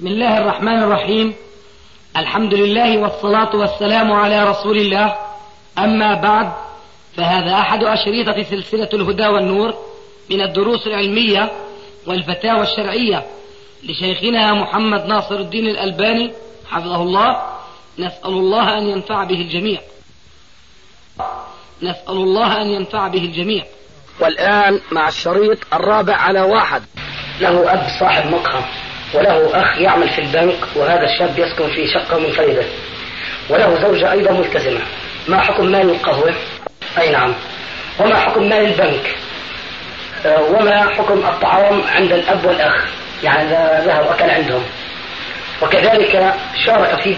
بسم الله الرحمن الرحيم. الحمد لله والصلاة والسلام على رسول الله. أما بعد، فهذا أحد أشريطة سلسلة الهدى والنور من الدروس العلمية والفتاوى الشرعية لشيخنا محمد ناصر الدين الألباني حفظه الله. نسأل الله أن ينفع به الجميع. نسأل الله أن ينفع به الجميع. والآن مع الشريط الرابع على واحد. له أب صاحب مقهى، وله أخ يعمل في البنك، وهذا الشاب يسكن في شقة منفردة، وله زوجة أيضا ملتزمة. ما حكم مال القهوة؟ أي نعم. وما حكم مال البنك؟ وما حكم الطعام عند الأب والأخ، يعني إذا ذهب أكل عندهم؟ وكذلك شارك في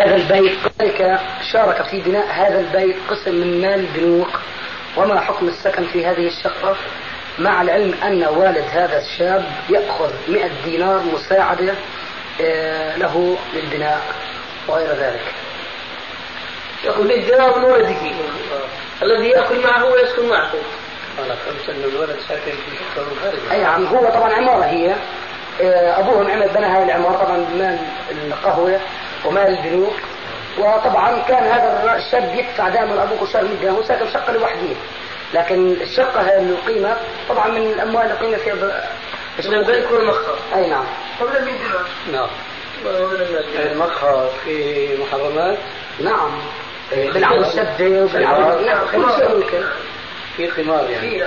بناء هذا البيت قسم من مال البنوك. وما حكم السكن في هذه الشقة، مع العلم أن والد هذا الشاب يأخذ 100 دينار مساعدة له للبناء وغير ذلك. يأخذ 100 دينار من والدك الذي يأكل معه ويسكن معه. أنا فهمت أن الولد ساكن في شقة منفردة. أي نعم. هو طبعا عمارة، هي أبوهم عمل بنى هذه العمارة طبعا بمال القهوة ومال البنوك. وطبعا كان هذا الشاب يدفع دائما أبوه كل شهر 100 دينار، هو ساكن شقة لوحده، لكن الشقة هي اللي قيمة طبعا من الأموال اللي قيمة فيها من البنك والمقهى. أي نعم. قبل 100 دينار. نعم. المقهى في محرمات. نعم. بالعرض السدة وبالعرض كل شيء ممكن. في قمار يعني.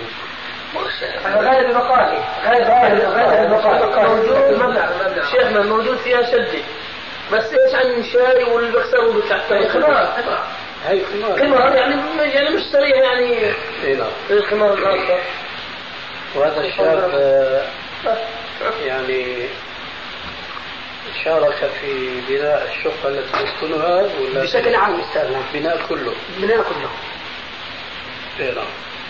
غالب المقاهي موجود. شيخنا موجود فيها سدة، بس ايش عن الشاي واللي بيخسروا بالتحت هاي قمار يعني مش صريح يعني. القمار الآخر. وهذا الشاب يعني شارك في بناء الشقة التي يسكنها ولا بشكل عام أستاذنا؟ بناء كله. نعم.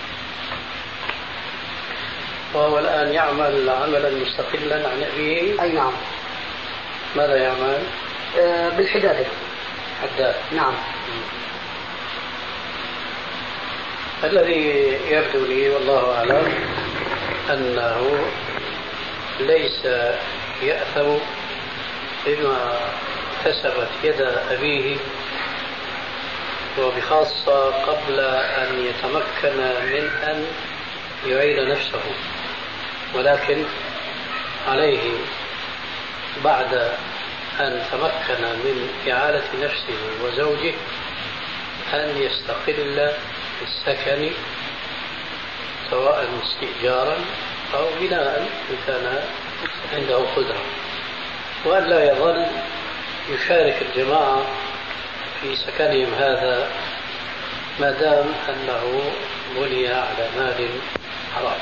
وهو الآن يعمل عملا مستقلا عن أبيه. أي نعم. ماذا يعمل؟ بالحدادة. حداد. نعم. الذي يبدو لي والله أعلم أنه ليس يأثم بما كسبت يد أبيه، وبخاصة قبل أن يتمكن من أن يعين نفسه، ولكن عليه بعد أن تمكن من إعالة نفسه وزوجه أن يستقل بالسكن، سواء استئجارا أو بناء إن كان عنده قدرة، وأن لا يظل يشارك الجماعة في سكنهم هذا ما دام أنه بني على مال حرام،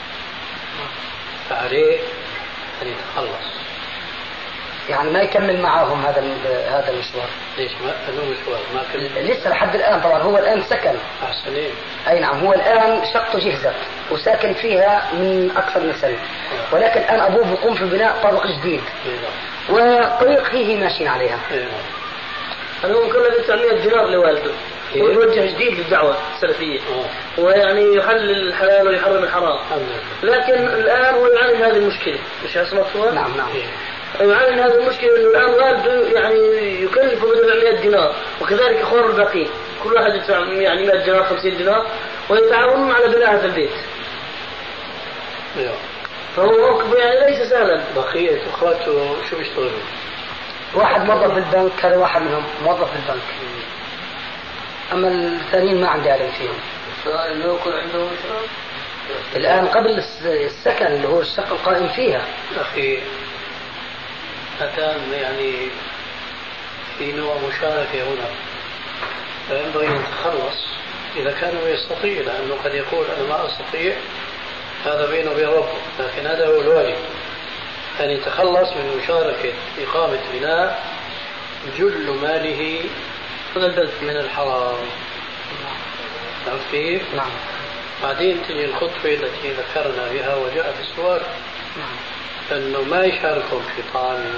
فعليه أن يتخلص. يعني ما يكمل معهم هذا المشوار. ليش ما مشوار؟ ما كمل لسه لحد الآن. طبعا هو الآن سكن. أحسنين. أي نعم. هو الآن شقته جهزت وساكن فيها من أكثر من سنة، ولكن الآن أبوه بيقوم في بناء طابق جديد، وطريق هي ماشيين عليها. أنا ممكن أدفع 100 دينار لوالده ويوجه جديد للدعوة السلفية، ويعني يحلل الحلال ويحرم الحرام، لكن الآن هو يعاني هذه المشكلة. مش عصمته؟ نعم. يعاني هذه المشكلة إنه الآن والده يعني يكلفه بدفع 100 دينار، وكذلك أخوانه الباقين كل واحد يدفع يعني 100 دينار 50 دينار، ويتعاونون على بناء هذا البيت. فهو موقف يعني ليس سهلا. بقية أخواته شو بيشتغلوا؟ واحد موظف بالبنك، هذا واحد منهم موظف بالبنك، أما الثانيين ما عندي علم فيهم. إنه يكون عندهم الآن قبل السكن اللي هو الشقة القائم فيها. أخي أتان يعني في نوع مشاركة هنا، فينبغي أن يتخلص إذا كان يستطيع، لأنه قد يقول أنا ما أستطيع، هذا بينه وبين ربه، لكن هذا هو الواجب، أن يتخلص من مشاركة إقامة بناء جل ماله من الحرام. نعم كيف؟ نعم. بعدين تجي الخطوة التي ذكرنا بها وجاء في السؤال، أنه ما يشاركهم في طعامهم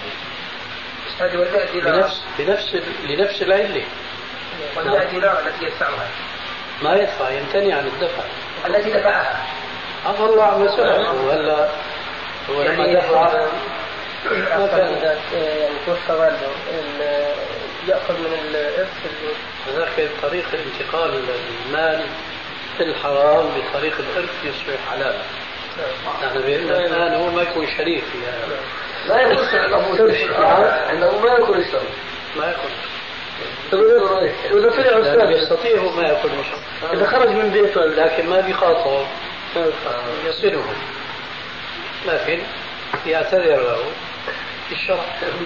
وشرابهم لنفس العلة. والمئة دينار التي يدفعها ما يدفع، يمتنع عن الدفع. التي دفعها عفى الله عما سلف. وهلا هو لما دفع إذا يعني توفى والده يأخذ من الإرث هذاك طريق انتقال المال في الحرام بطريق الإرث يصبح حلالا. نحن بيقولنا الآن هو ما يكون شريك فيها. لا يكون عنده ما يكون يشتغل ما يكون. وإذا طلع أستاذ يستطيع ما يكون مشروع. إذا خرج من بيته لكن ما بيخاطب يصله، لكن يعتذر له في الشرع.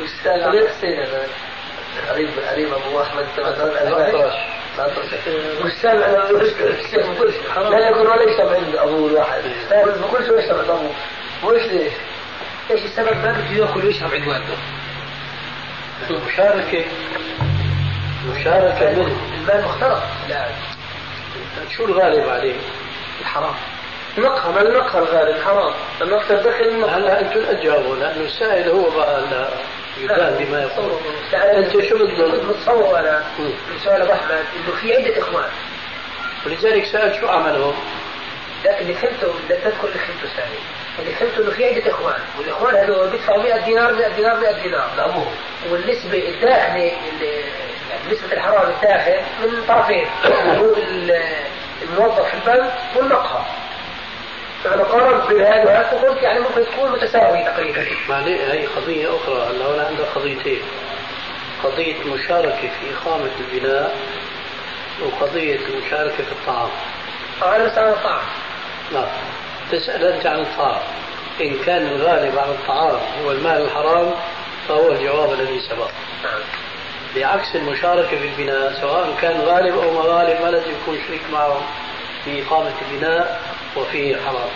قريب أبو أحمد والسامع لا يكون ولا يشتغل عند أبوه الواحد بكل شيء يشتغل عند أبوه. وإيش ليش؟ إيش السبب؟ ما بده يأكل ويشرب عند والده. مشاركة منه. المال مختلط. لا شو الغالب عليه؟ الحرام. نقها ما النقها الغالب الحرام. النقها الدخل النقها. هلا أنتم أجابوا لأنه السائل هو بقى يبان بما يقول. أنت شو بدك؟ بتصور أنا سؤال أبو أحمد إنه في عدة إخوان. ولذلك سأل شو عملهم؟ لكن اللي فهمته لا تذكر اللي فهمته ثاني. اللي فهمته إنه في عدة إخوان، والإخوان هذول بيدفعوا 100 دينار لأبوهم، والنسبة الداخلة يعني نسبة الحرام الداخل من طرفين، هو الموظف في البنك والنقها. فأنا قارنت بهذا وقلت يعني ممكن تكون متساوي تقريبا. هي قضية أخرى. هلا عندنا قضيتين: قضية مشاركة في إقامة البناء، وقضية المشاركة في الطعام. أنا بسأل عن الطعام. لا، تسأل أنت عن الطعام. إن كان الغالب على الطعام هو المال الحرام فهو الجواب الذي سبق. بعكس المشاركة في البناء، سواء كان غالب أو ما غالب ما لازم يكون شريك معه في إقامة البناء وفيه حرام.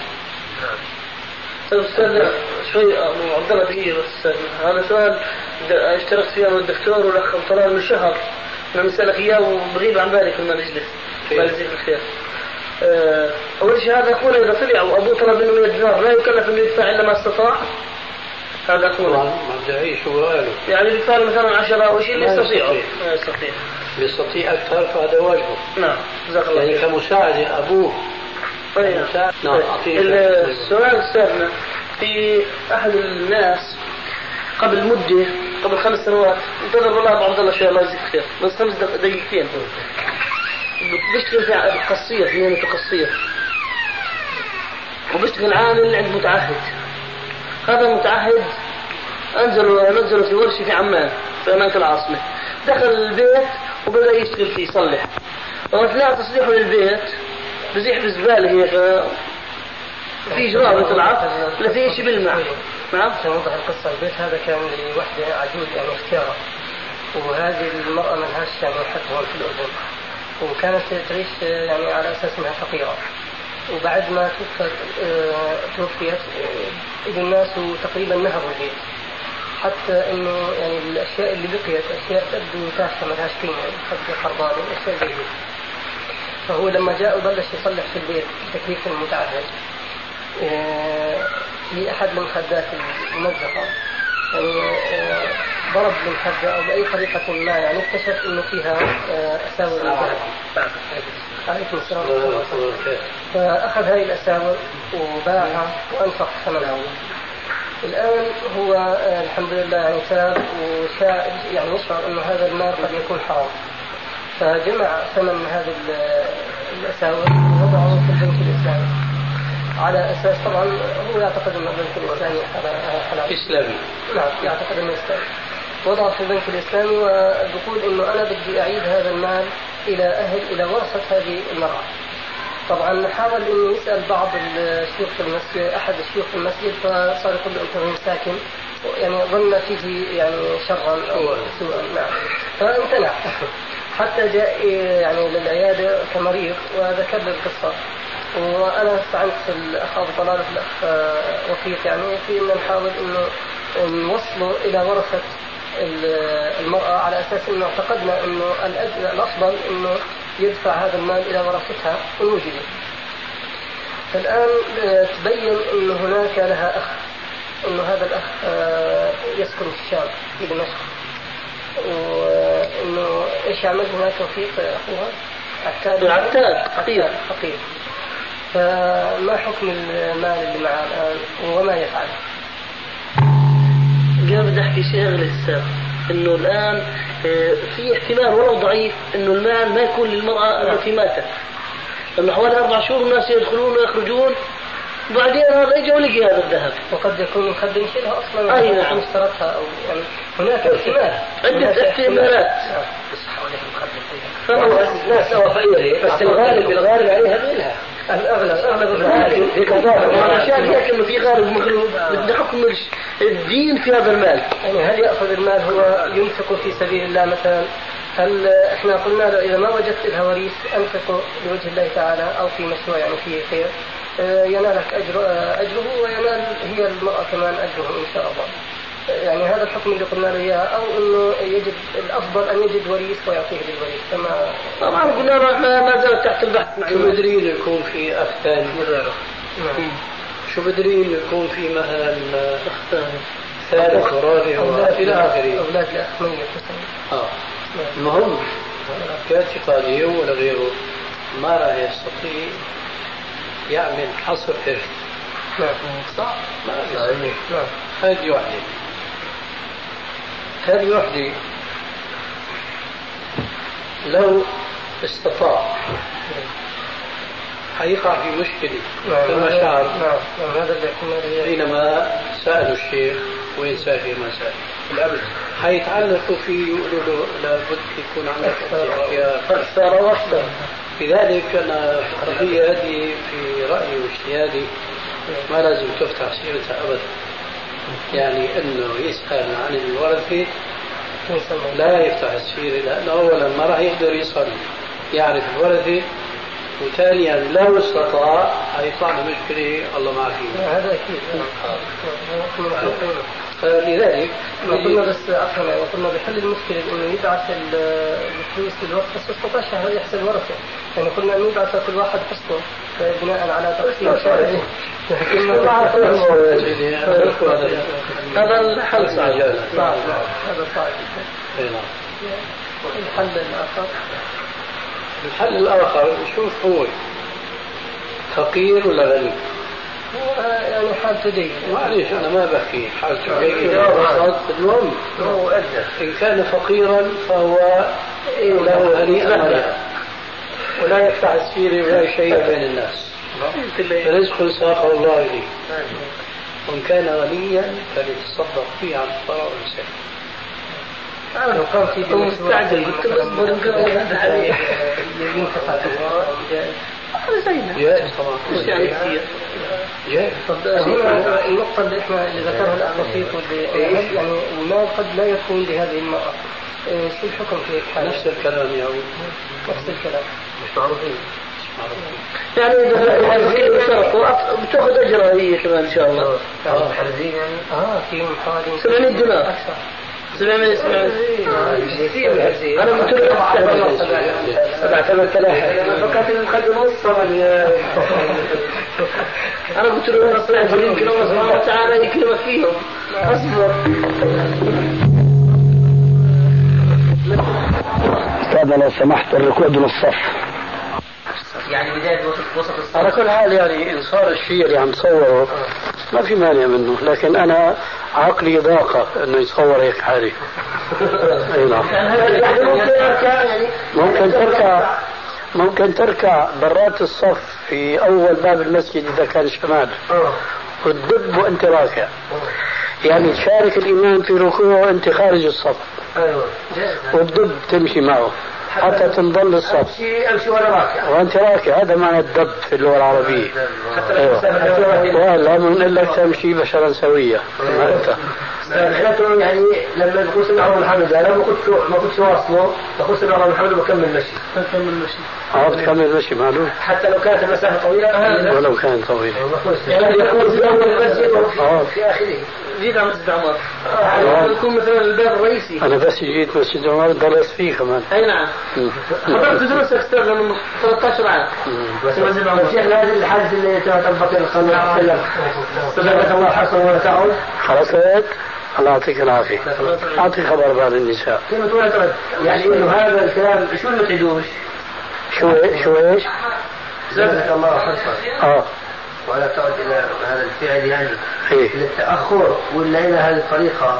أستاذ شوي معضلة دقيقة بس. هذا سؤال اشتركت فيه أنا والدكتور والأخ طلال من شهر. أنا مسألك إياه وبغيب عن بالي كنا نجلس. الله يجزيك الخير. أول شيء هذا أخونا إذا طلع وأبوه طلب منه 100 دينار لا يكلف إنه يدفع إلا ما استطاع. هذا أخونا. ما بدعيش هو قاله. يعني بيدفع مثلا 10 أو شيء اللي يستطيعه. بيستطيع أكثر فهذا واجبه. نعم. جزاك الله يعني كمساعدة أبوه. نعم. السؤال أستاذنا في أحد الناس قبل مدة قبل 5 سنوات انتظر والله أبو عبد الله شوي الله يجزيك خير بس 5 دقيقتين بيشتغل في قصير في مهنة قصير وبيشتغل عامل عند متعهد. هذا المتعهد نزلوا في ورشة في عمان في أمانة العاصمة. دخل البيت وبدأ يشتغل فيه يصلح. وأثناء تصليحه للبيت بزيح بالزبالة هي في جرابة طلعت لا في شيء بالماء. نعم. سنوضح القصة. البيت هذا كان لوحدة عجوز يعني اختيارا، وهذه المرأة ما لهاش يعني حد هون في الأردن، وكانت تعيش يعني على أساس أنها فقيرة. وبعد ما توفيت إجوا الناس تقريبا نهبوا البيت، حتى إنه يعني الأشياء اللي بقيت أشياء تبدو تافهة ما لهاش قيمة، حتى خربانة أشياء زي هيك. فهو لما جاء وبلش يصلح في البيت بتكليف المتعهد في أحد المخدات الممزقة يعني ضرب المخدة أو بأي طريقة ما يعني اكتشف إنه فيها أساور الذهب. عليكم السلام. فأخذ هذه الأساور وباعها وأنفق ثمنها. الآن هو الحمد لله يعني تاب يعني يشعر إنه هذا المال قد يكون حرام، فجمع ثمن هذه الأساور ووضعه في البنك الإسلامي على أساس طبعا هو يعتقد أن البنك الإسلامي حلال إسلامي. نعم يعتقد أنه إسلامي. وضعه في البنك الإسلامي ويقول إنه أنا بدي أعيد هذا المال إلى ورثة هذه المرأة. طبعا حاول إنه يسأل بعض الشيوخ في المسجد، أحد الشيوخ في المسجد، فصار يقول له أنت وين ساكن، يعني ظن فيه يعني شرا أو سوءا. نعم. فامتنع حتى جاء يعني للعيادة كمريض وذكر لي القصة. وأنا استعنت في الأخ أبو طلال في الأخ وفيق يعني في إن نحاول إنه نوصله إلى ورثة المرأة على أساس إنه اعتقدنا إنه الأفضل إنه يدفع هذا المال إلى ورثتها ونوجده. فالآن تبين إنه هناك لها أخ، إنه هذا الأخ يسكن في الشام في دمشق، وإنه إيش يعمل هناك وفيق أخوها العتاد حقير. فما حكم المال اللي معه الآن وما يفعل؟ أنا بدي أحكي شيء غير السابق، إنه الآن في احتمال ولو ضعيف إنه المال ما يكون للمرأة التي ماتت، لأنه حوالي 4 شهور الناس يدخلون ويخرجون، بعدين هذا يجي ولقي هذا الذهب، وقد يكون مخدم شيلها أصلا. أي نعم. اشترتها أو يعني هناك احتمال. عدة احتمالات. لا سوى فقيري، بس الغالب عليها غيرها. الأغلب في قضاء عشان هيك إنه في غالب مغلوب بدنا حكم الدين في هذا المال. يعني هل يأخذ المال هو ينفق في سبيل الله مثلا؟ هل احنا قلنا له إذا ما وجدت الهواريث أنفقه لوجه الله تعالى أو في مشروع يعني فيه خير ينالك أجره وينال هي المرأة كمان أجره إن شاء الله. يعني هذا الحكم اللي قلنا له إياه، أو إنه يجب الأفضل أن يجد وريث ويعطيه للوريث كما طبعا قلنا له ما زال تحت البحث. شو بدري يكون في أخ ثاني غيره؟ شو بدري يكون في مثلا ثالث ورابع إلى آخره؟ أولاد الأخ ميت. المهم كاعتقادي ولا غيره ما راح يستطيع يعمل حصر إرث. صح؟ ما راح يستطيع. هذه وحدة لو استطاع حيقع في مشكلة كما شعر حينما سألوا الشيخ وين سافر ما سافر الأبد حيتعلقوا فيه يقولوا له لابد يكون عندك أشياء أكثر وأكثر. لذلك أنا القضية هذه في رأيي واجتهادي ما لازم تفتح سيرتها أبدا. يعني أنه يسأل عن الورثة لا يفتح السيرة، لأنه أولا ما راح يقدر يصل يعرف الورثة، وثانيا لو استطاع هيطلع له مشكلة الله ما فيه. هذا أكيد. فلذلك قلنا بس أفهم وقلنا بحل المشكلة إنه يبعث الفلوس للوقت بس استطاعش يحسن الورثة. يعني قلنا إنه يبعث كل واحد قسطه بناء على تقسيم شرعي. هذا الحل صعب. هذا صعب. الحل الآخر شوف هو فقير ولا غني؟ يعني حالته جيدة. معليش أنا ما بحكي حالته جيدة. المهم إن كان فقيرا فهو له هنيئا ولا يفتح السيرة ولا شيء بين الناس. رزق ساقه الله إليه. وإن كان غنيا فليتصدق فيه عن الفقراء والمساكين. أنا لو كان في مستعجل قلت له اصبر نقرأ هذا الحديث. جائز طبعا. يعني كثير. جائز. النقطة اللي احنا اللي ذكرها الأخ رفيق يعني المال قد لا يكون لهذه المرأة. شو الحكم في الحالة؟ نفس الكلام يا أبو. نفس الكلام. مش معروفين. يعني إذا سرقوا بتأخذ أجرها هي كمان إن شاء الله. حرزين يعني. فيهم حوالي 700 دينار أكثر. 700 أنا قلت له 7,000 فكرت المخدم نص أنا قلت له نص يمكن الله سبحانه وتعالى يكرمك فيهم. أصبر. أستاذنا لو سمحت الركوع دون الصف. يعني بداية وسط الصف. على كل حال يعني إن صار الشيء اللي عم تصوره ما في مانع منه، لكن أنا عقلي ضاقة إنه يتصور هيك حالي. أي نعم. ممكن تركع برات الصف في أول باب المسجد إذا كان شمال وتدب وأنت راكع، يعني تشارك الإمام في ركوعه وأنت خارج الصف. وتدب تمشي معه حتى تنضل الصف. أمشي وأنا راكع. وأنت راكع هذا معنى الدب في اللغة العربية. ولا بنقول لك تمشي بشرا سوية. حالته يعني لما يقول سمع الله محمد أنا ما كنت واصله بقول سمع الله محمد وبكمل مشي. بتكمل مشي معلوم. حتى لو كانت المسافة طويلة. ولو كانت طويلة. يعني يكون في أول المسجد وفي آخره. جيت على مسجد عمر. يكون مثلا الباب الرئيسي. أنا بس جيت مسجد عمر درست فيه كمان. أي نعم. حضرت دروس أكثر من 13 عام. بس مسجد عمر. الشيخ هذا الحدث اللي تطبق القانون. صدقت الله حصل ولا تعود. خلاص هيك. الله يعطيك العافية. أعطي خبر بعض النساء. يعني إنه هذا الكلام شو اللي تعيدوش؟ شو إيش؟ صدقت الله حصل. ولا تعود إلى هذا الفعل يعني للتأخر ولا إلى هذه الطريقة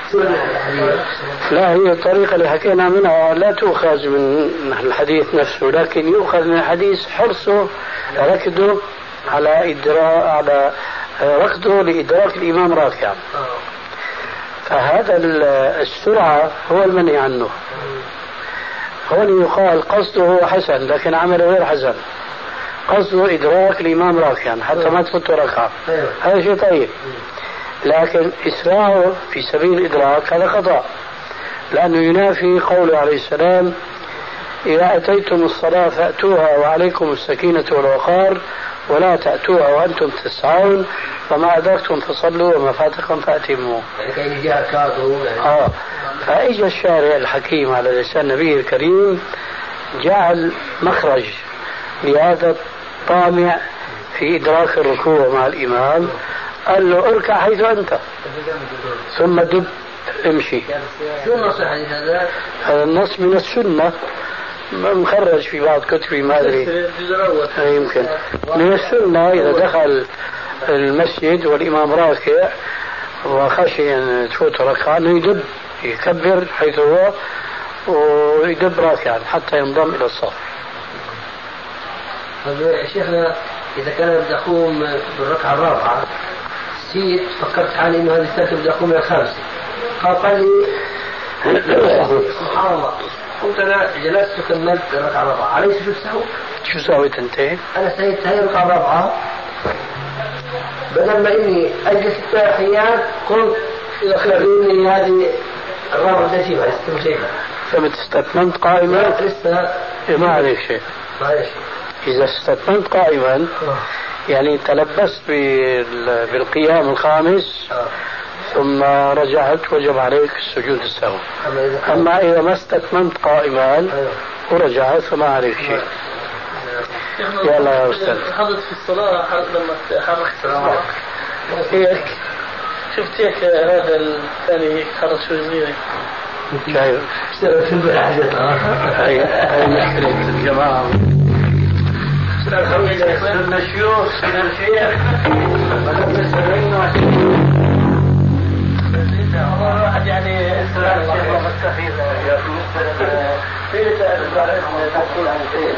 لا، هي الطريقة اللي حكينا منها لا تؤخذ من الحديث نفسه، لكن يؤخذ من الحديث حرصه ركضه على ركضه لإدراك الإمام راكعا. فهذا السرعة هو المنهي عنه. هون يقال قصده حسن لكن عمله غير حسن، قصده إدراك الإمام راكعا حتى ما تفوت ركعة، هذا شيء طيب. لكن إسراعه في سبيل الإدراك هذا خطأ، لأنه ينافي قوله عليه السلام: إذا أتيتم الصلاة فأتوها وعليكم السكينة والوقار ولا تأتوها وأنتم تسعون فما أدركتم فصلوا وما فاتكم فأتموا. يعني جاء كاظم فإجا الشارع الحكيم على لسان نبيه الكريم جعل مخرج لهذا الطامع في إدراك الركوع مع الإمام، قال له اركع حيث أنت ثم دب امشي. شو النص هذا؟ هذا النص من السنة مخرج في بعض كتبي ما أدري، يمكن من السنة. إذا دخل المسجد والإمام راكع وخشي أن تفوت ركعة أنه يدب يكبر حيث هو ويدب راكعا حتى ينضم إلى الصف. شيخنا إذا كان بدي أقوم بالركعة الرابعة نسيت فكرت حالي إنه هذه الثالثة بدي أقوم إلى الخامسة، قال لي سبحان الله، قلت أنا جلست وكملت الركعة الرابعة، علي سجود سهو. شو سويت أنت؟ أنا سويت هاي الركعة الرابعة بدل ما إني أجلس التحيات قلت إذا خليني هذه الرابعة بدي أجيبها استمشيها. استتممت قائما؟ لسه ما عليك شيء. إذا استتممت قائما يعني تلبست بالقيام الخامس ثم رجعت وجب عليك السجود السهو. أما إذا ما استتممت قائما ورجعت فما عليك شيء. يلا يا أستاذ. حضرت في الصلاة لما حركت الصلاة هيك شفت هيك هذا الثاني حرك شوي صغيرة. شايف؟ هاي مشكلة الجماعة. من الشيوخ من الشيخ واحد يعني استلام الشيخ مستفيد في تقول عن شيء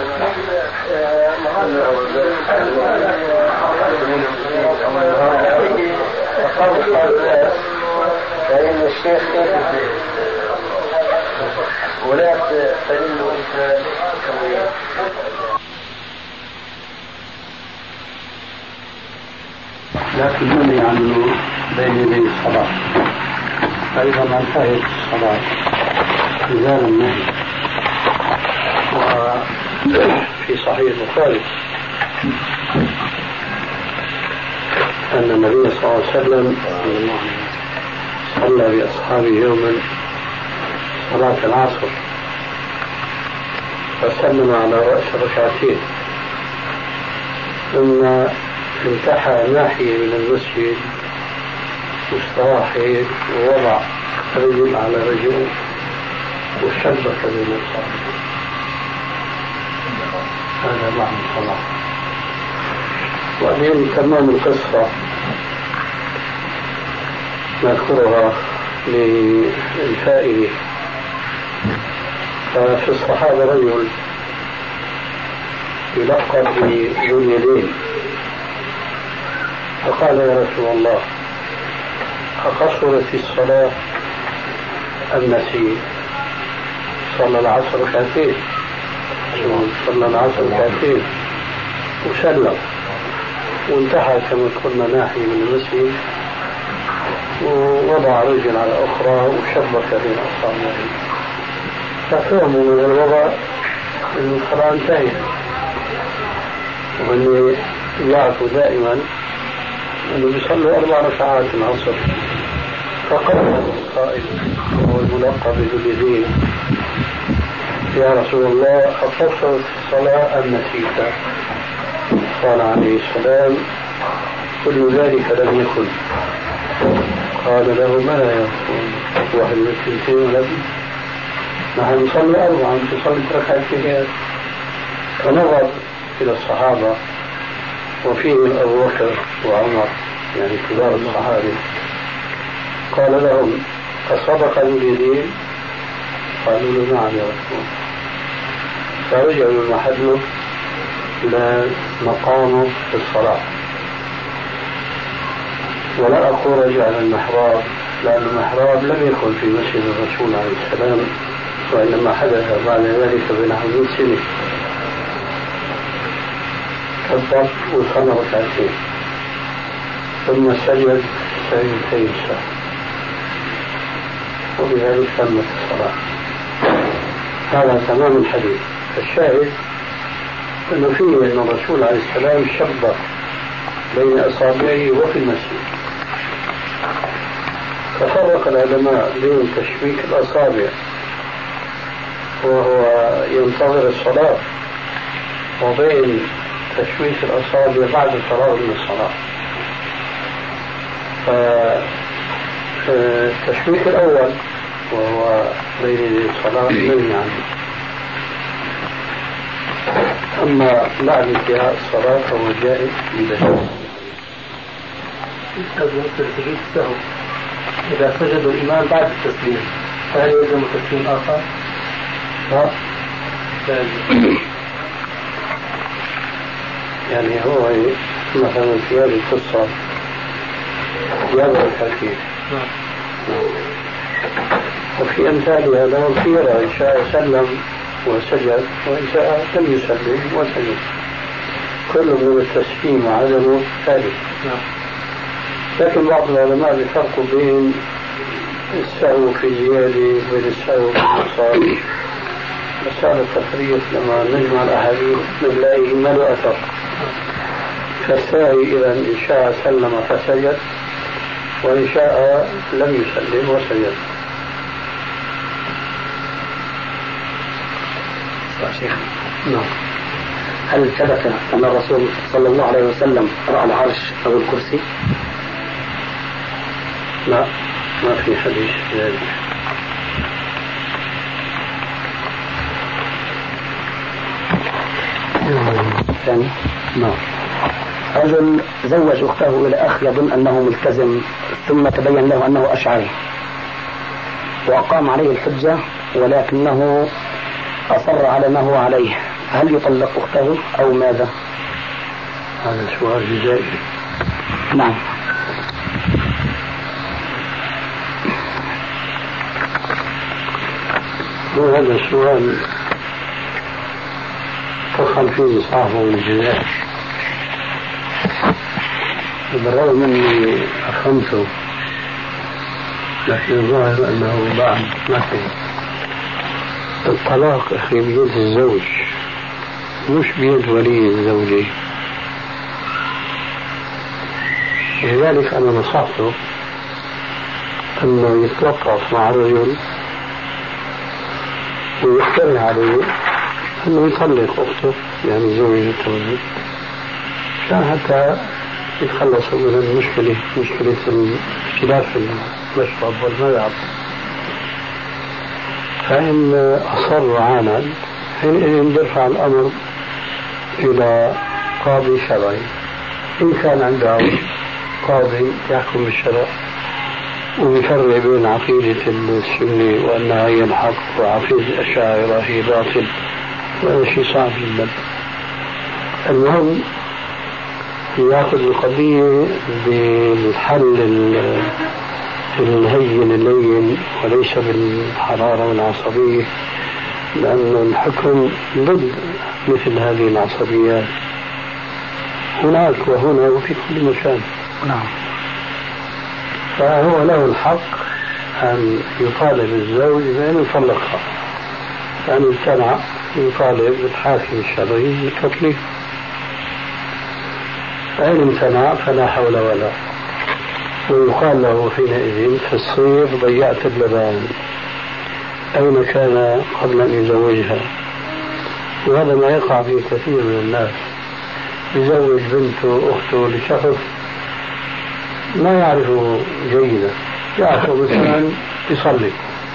فإن الشيخ ولا فإنه لكن مني عنه بين يدي الصلاة. أيضا انتهت الصلاة إزالة النهي. وفي صحيح البخاري أن النبي صلى الله عليه وسلم صلى بأصحابه يوما صلاة العصر فسلم على رأس ركعتين ثم انتحى ناحية من المسجد واستراح ووضع رجل على رجل وشبك بين الصلاة. هذا معنى الصلاة. وبعدين تمام القصة نذكرها للفائدة. ففي الصحابة رجل يلقب بذو اليدين فقال: يا رسول الله، أقصرت الصلاة أم نسيت؟ صلى العصر ركعتين وسلم وانتهى كما قلنا ناحية من المسجد ووضع رجل على أخرى وشبك بين أصابعه. ففهموا من الوضع أن الصلاة انتهت وأن يعرفوا دائما أنه يصلوا 4 ركعات العصر. فقال القائل وهو الملقب باليدين: يا رسول الله، أقصرت الصلاة أم نسيت؟ قال عليه السلام: كل ذلك لم يكن. قال له: ما لا يكون؟ واحد من الثنتين ولم نحن نصلي 4 تصلي ركعتين. فنظر إلى الصحابة وفيهم أبو بكر وعمر يعني كبار الصحابة، قال لهم: فصدق اليدين؟ قالوا له نعم يا رسول. فرجعوا من محله لمقامه في الصلاة. ولا أقول رجع للمحراب، لأن المحراب لم يكن في مسجد الرسول عليه السلام، وإنما حدث بعد ذلك بنحو 100 سنة. كبر وصلى ركعتين ثم سجد سجدتين السهو، وبذلك تمت الصلاة. هذا تمام الحديث. الشاهد أنه فيه أن الرسول عليه السلام شبك بين أصابعه وفي المسجد. ففرق العلماء بين تشبيك الأصابع وهو ينتظر الصلاة وبين تشبيك الأصابع بعد الفراغ من الصلاة. فالتشبيك الأول وهو بين الصلاة منهي عنه، أما بعد انتهاء الصلاة فهو جائز بدليل. سجود السهو إذا سجد الإمام بعد التسليم فهل يلزم تسليم آخر؟ لا. يعني هو مثلا في هذه القصة يضع التركيب، وفي أمثالها له خيرة، إن شاء سلم وسجد وإن شاء لم يسلم وسجد، كل من التسليم وعدمه ثالث. لكن بعض العلماء بيفرقوا بين السهو في الزيادة وبين السهو في النقصان. بس هذا التفريق لما نجمع الأحاديث نلاقيه ما له أثر. فالساهي إذا إن شاء سلم فسجد وإن شاء لم يسلم وسجد. شيخ نعم. هل ثبت أن الرسول صلى الله عليه وسلم رأى العرش أو الكرسي؟ لا، ما في حديث ذلك. ثاني نعم. رجل زوج أخته إلى أخ يظن أنه ملتزم، ثم تبين له أنه أشعري وأقام عليه الحجة ولكنه أصر على ما هو عليه، هل يطلق أخته أو ماذا؟ هذا سؤال جزائي. نعم. وهذا السؤال فخم فيه صاحبه من الجزائر، بالرغم أني أفهمته، لكن الظاهر أنه بعد ما في الطلاق أخي بيد الزوج مش بيد ولي الزوجة. لذلك أنا نصحته أنه يتوقف مع الرجل ويقترح عليه أنه يطلق أخته، يعني زوجته، عشان حتى يتخلصوا من المشكلة، مشكلة الاختلاف في المشرب والملعب. فإن أصر عانا حينئذ يرفع الأمر إلى قاضي شرعي، إن كان عنده قاضي يحكم بالشرع ويفرق بين عقيدة السنة وأنها هي الحق وعقيدة الأشاعرة هي باطل، وهذا شيء صعب جدا. المهم يأخذ القضية بالحل الهين اللين وليس بالحرارة والعصبية، لأن الحكم ضد مثل هذه العصبيات هناك وهنا وفي كل مكان. نعم. فهو له الحق أن يطالب الزوج بأن يطلقها، فأن امتنع يطالب الحاكم الشرعي بالتطليق، فإن امتنع فلا حول ولا، ويقال له حينئذ في الصيف ضيعت اللبان، أين كان قبل أن يزوجها؟ وهذا ما يقع في كثير من الناس، يزوج بنته أخته لشخص ما يعرفه جيدا، يعرفه مثلا يصلي،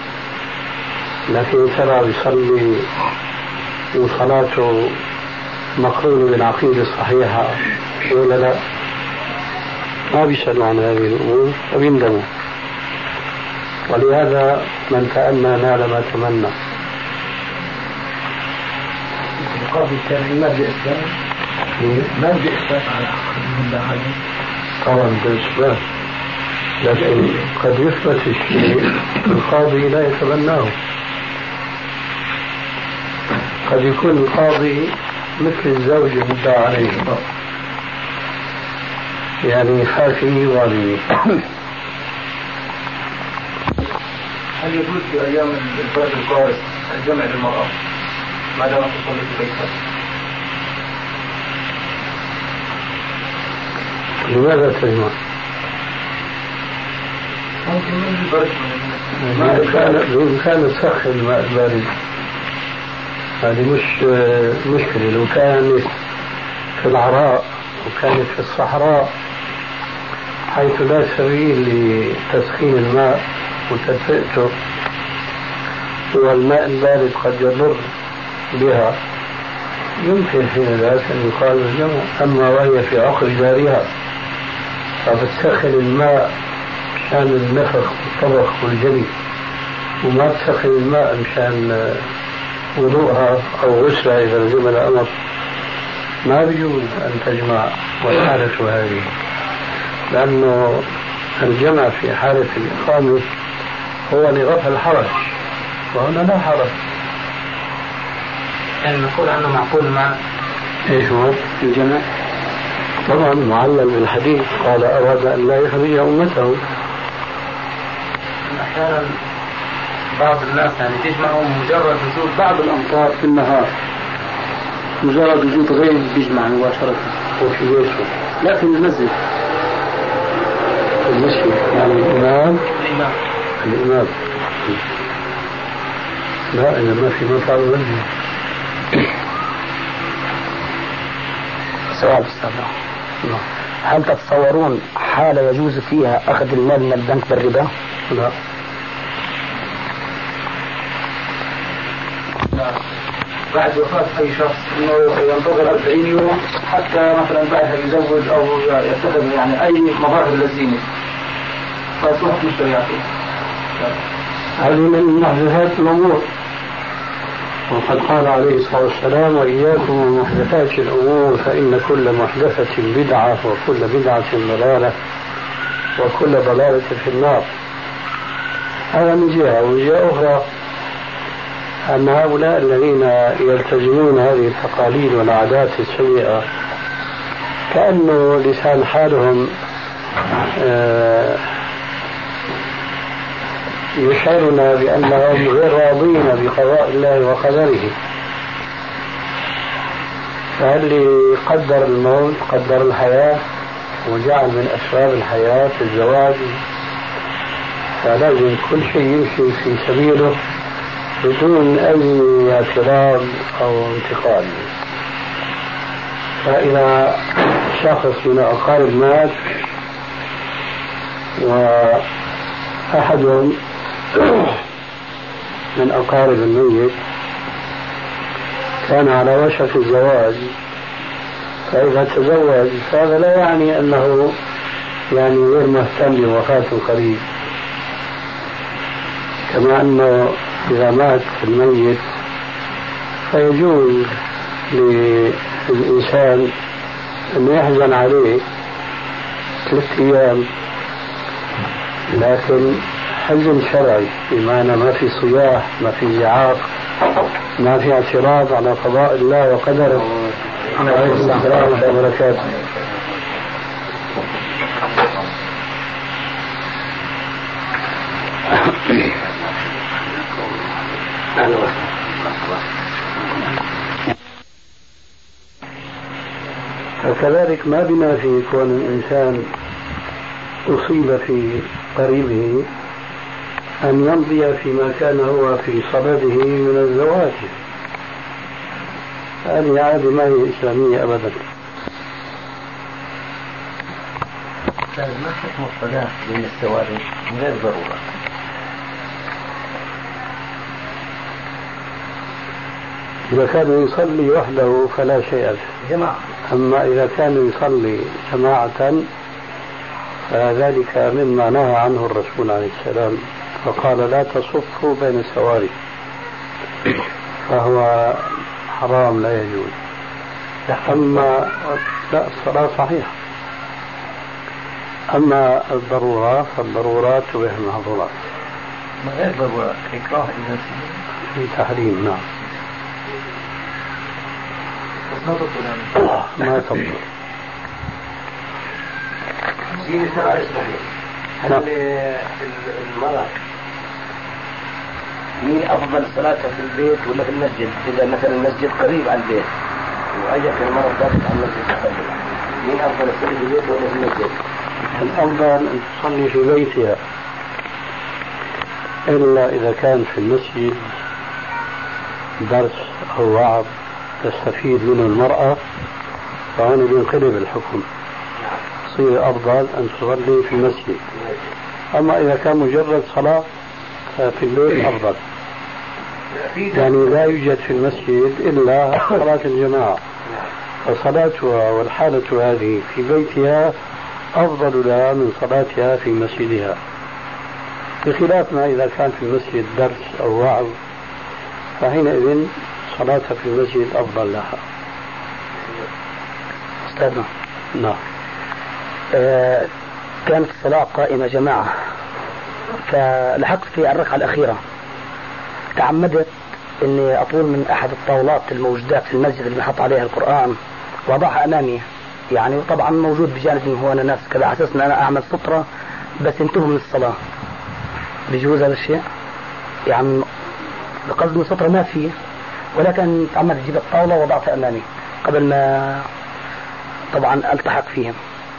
لكن ترى يصلي وصلاته مقرونة بالعقيدة الصحيحة ولا لا؟ ما بيسألوا عن هذه الأمور فبيندموا. ولهذا من تأنى نال ما تمنى. القاضي كان ما بإثبات على حق المدعي طبعا بإثبات، لكن قد يثبت الشيء القاضي لا يتبناه. قد يكون القاضي مثل الزوج المدعى عليه، يعني حاكمي والي. هل يجوز في أيام البرد القارس الجمع للمرأة ما دام تصلي في بيتها؟ لماذا تجمع؟ ممكن من البرد بإمكان تسخن الماء البارد، هذه مش مشكلة. لو كانت في العراء وكانت في الصحراء حيث لا سبيل لتسخين الماء وتدفئته والماء البارد قد يضر بها، يمكن حين ذاك أن يقال الجمع. أما وهي في عقر دارها فبتسخن الماء مشان النفخ والطبخ والجري، وما تسخن الماء مشان وضوءها أو غسلها إذا لزم الأمر، ما بيجوز أن تجمع والحالة هذه، لأنه الجمع في حالة الإقامة هو لرفع الحرج، وهنا لا حرج. يعني نقول عنه معقول مع إيش هو الجمع؟ طبعا معلل بالحديث، قال أراد أن لا يخرج أمته. أحيانا بعض الناس يعني تجمعهم مجرد وجود بعض الأمطار في النهار، مجرد وجود غيب بيجمع مباشرة وفي بيته، لا في المسجد. المسجد يعني الإمام لا، إذا ما في مطار المسجد. سؤال أستاذ، هل تتصورون حالة يجوز فيها أخذ المال من البنك بالربا؟ لا. بعد وفاة أي شخص إنه ينتظر 40 يوم حتى مثلا بعدها يزوج أو يتخذ يعني أي مظاهر للزينة، فتصبح مشترياته. هذه من محدثات الأمور، وقد قال عليه الصلاة والسلام: وإياكم ومحدثات الأمور فإن كل محدثة بدعة وكل بدعة ضلالة وكل ضلالة في النار. هذا من جهة. ومن جهة أخرى أن هؤلاء الذين يلتزمون هذه التقاليد والعادات السيئة كأنه لسان حالهم يشعرنا بأنهم غير راضين بقضاء الله وقدره. فاللي قدر الموت قدر الحياة وجعل من أسباب الحياة الزواج، فلازم كل شيء يمشي في سبيله بدون أي اعتراض أو انتقاد. فإذا شخص من أقارب مات وأحد من أقارب الميت كان على وشك الزواج، فإذا تزوج فهذا لا يعني أنه يعني غير مهتم بوفاة القريب، كما أنه إذا مات الميت فيجوز للإنسان أن يحزن عليه 3 أيام، لكن حزن شرعي، بمعنى ما في صياح، ما في زعاق، ما في اعتراض على قضاء الله وقدره. عليه السلام وبركاته. فكذلك ما بينافي كون الإنسان أصيب في قريبه أن يمضي فيما كان هو في صدده من الزواج. هذه عادة ما هي إسلامية أبدا. ما حكم الصلاة بين الزواج من غير ضرورة؟ إذا كان يصلي وحده فلا شيء له جماعة. أما إذا كان يصلي جماعة فذلك مما نهى عنه الرسول عليه السلام فقال لا تصفوا بين السواري، فهو حرام لا يجوز. أما لا، الصلاة صحيحة. أما الضرورات فالضرورات تبيح المحظورات. ما غير ضرورات، إكراه إذا في تحريم. نعم. بس ما تطول ما تطول. زين سؤال صحيح. هل المرأة مين أفضل صلاتها في البيت ولا في المسجد؟ إذا مثلا المسجد قريب عن البيت وأجت المرأة ضابط عن المسجد تصلي، مين أفضل تصلي في البيت ولا في المسجد؟ الأفضل أن تصلي في بيتها، إلا إذا كان في المسجد درس أو وعظ تستفيد منه المرأة، فهنا بينقلب الحكم، يصير أفضل أن تصلي في المسجد. أما إذا كان مجرد صلاة ففي البيت أفضل، يعني لا يوجد في المسجد إلا صلاة الجماعة، فصلاتها والحالة هذه في بيتها أفضل لها من صلاتها في مسجدها، بخلاف ما إذا كان في المسجد درس أو وعظ، فحينئذ صلاتها في المسجد أفضل لها. أستاذنا. نعم. كانت الصلاة قائمة جماعة، فلحقت في الركعة الأخيرة تعمدت إني أطول من أحد الطاولات الموجودات في المسجد اللي بنحط عليها القرآن وأضعها أمامي، يعني طبعا موجود بجانب من هو أنا ناس كذا، على أساس إن أنا أعمل سترة بس انتهوا من الصلاة. بيجوز هذا الشيء؟ يعني بقصد سترة ما فيه، ولكن تعمدت أجيب الطاولة وضعتها أمامي قبل ما طبعا ألتحق فيهم.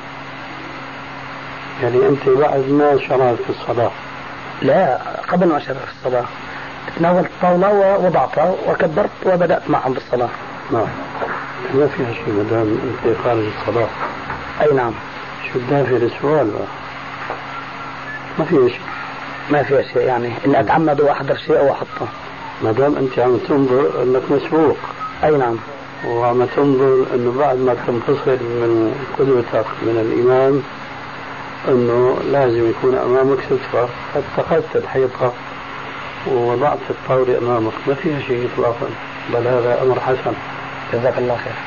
يعني أنت بعد ما شرعت في الصلاة؟ لا، قبل ما أشرع في الصلاة تناولت الطاولة ووضعتها وكبرت وبدأت معهم بالصلاة. نعم. ما فيها شيء ما دام أنت خارج الصلاة. أي نعم. شو الدافع للسؤال بقى؟ ما فيها شيء. ما فيها شيء، يعني إني أتعمد وأحضر شيء أو أحطه. ما دام أنت عم تنظر أنك مسبوق. أي نعم. وعم تنظر أنه بعد ما تنفصل من قدوتك من الإمام أنه لازم يكون أمامك سترة، فاتخذت الحيطة ووضعت الطاولة أمامك، ما فيها شيء إطلاقا، بل هذا أمر حسن. جزاك الله خير.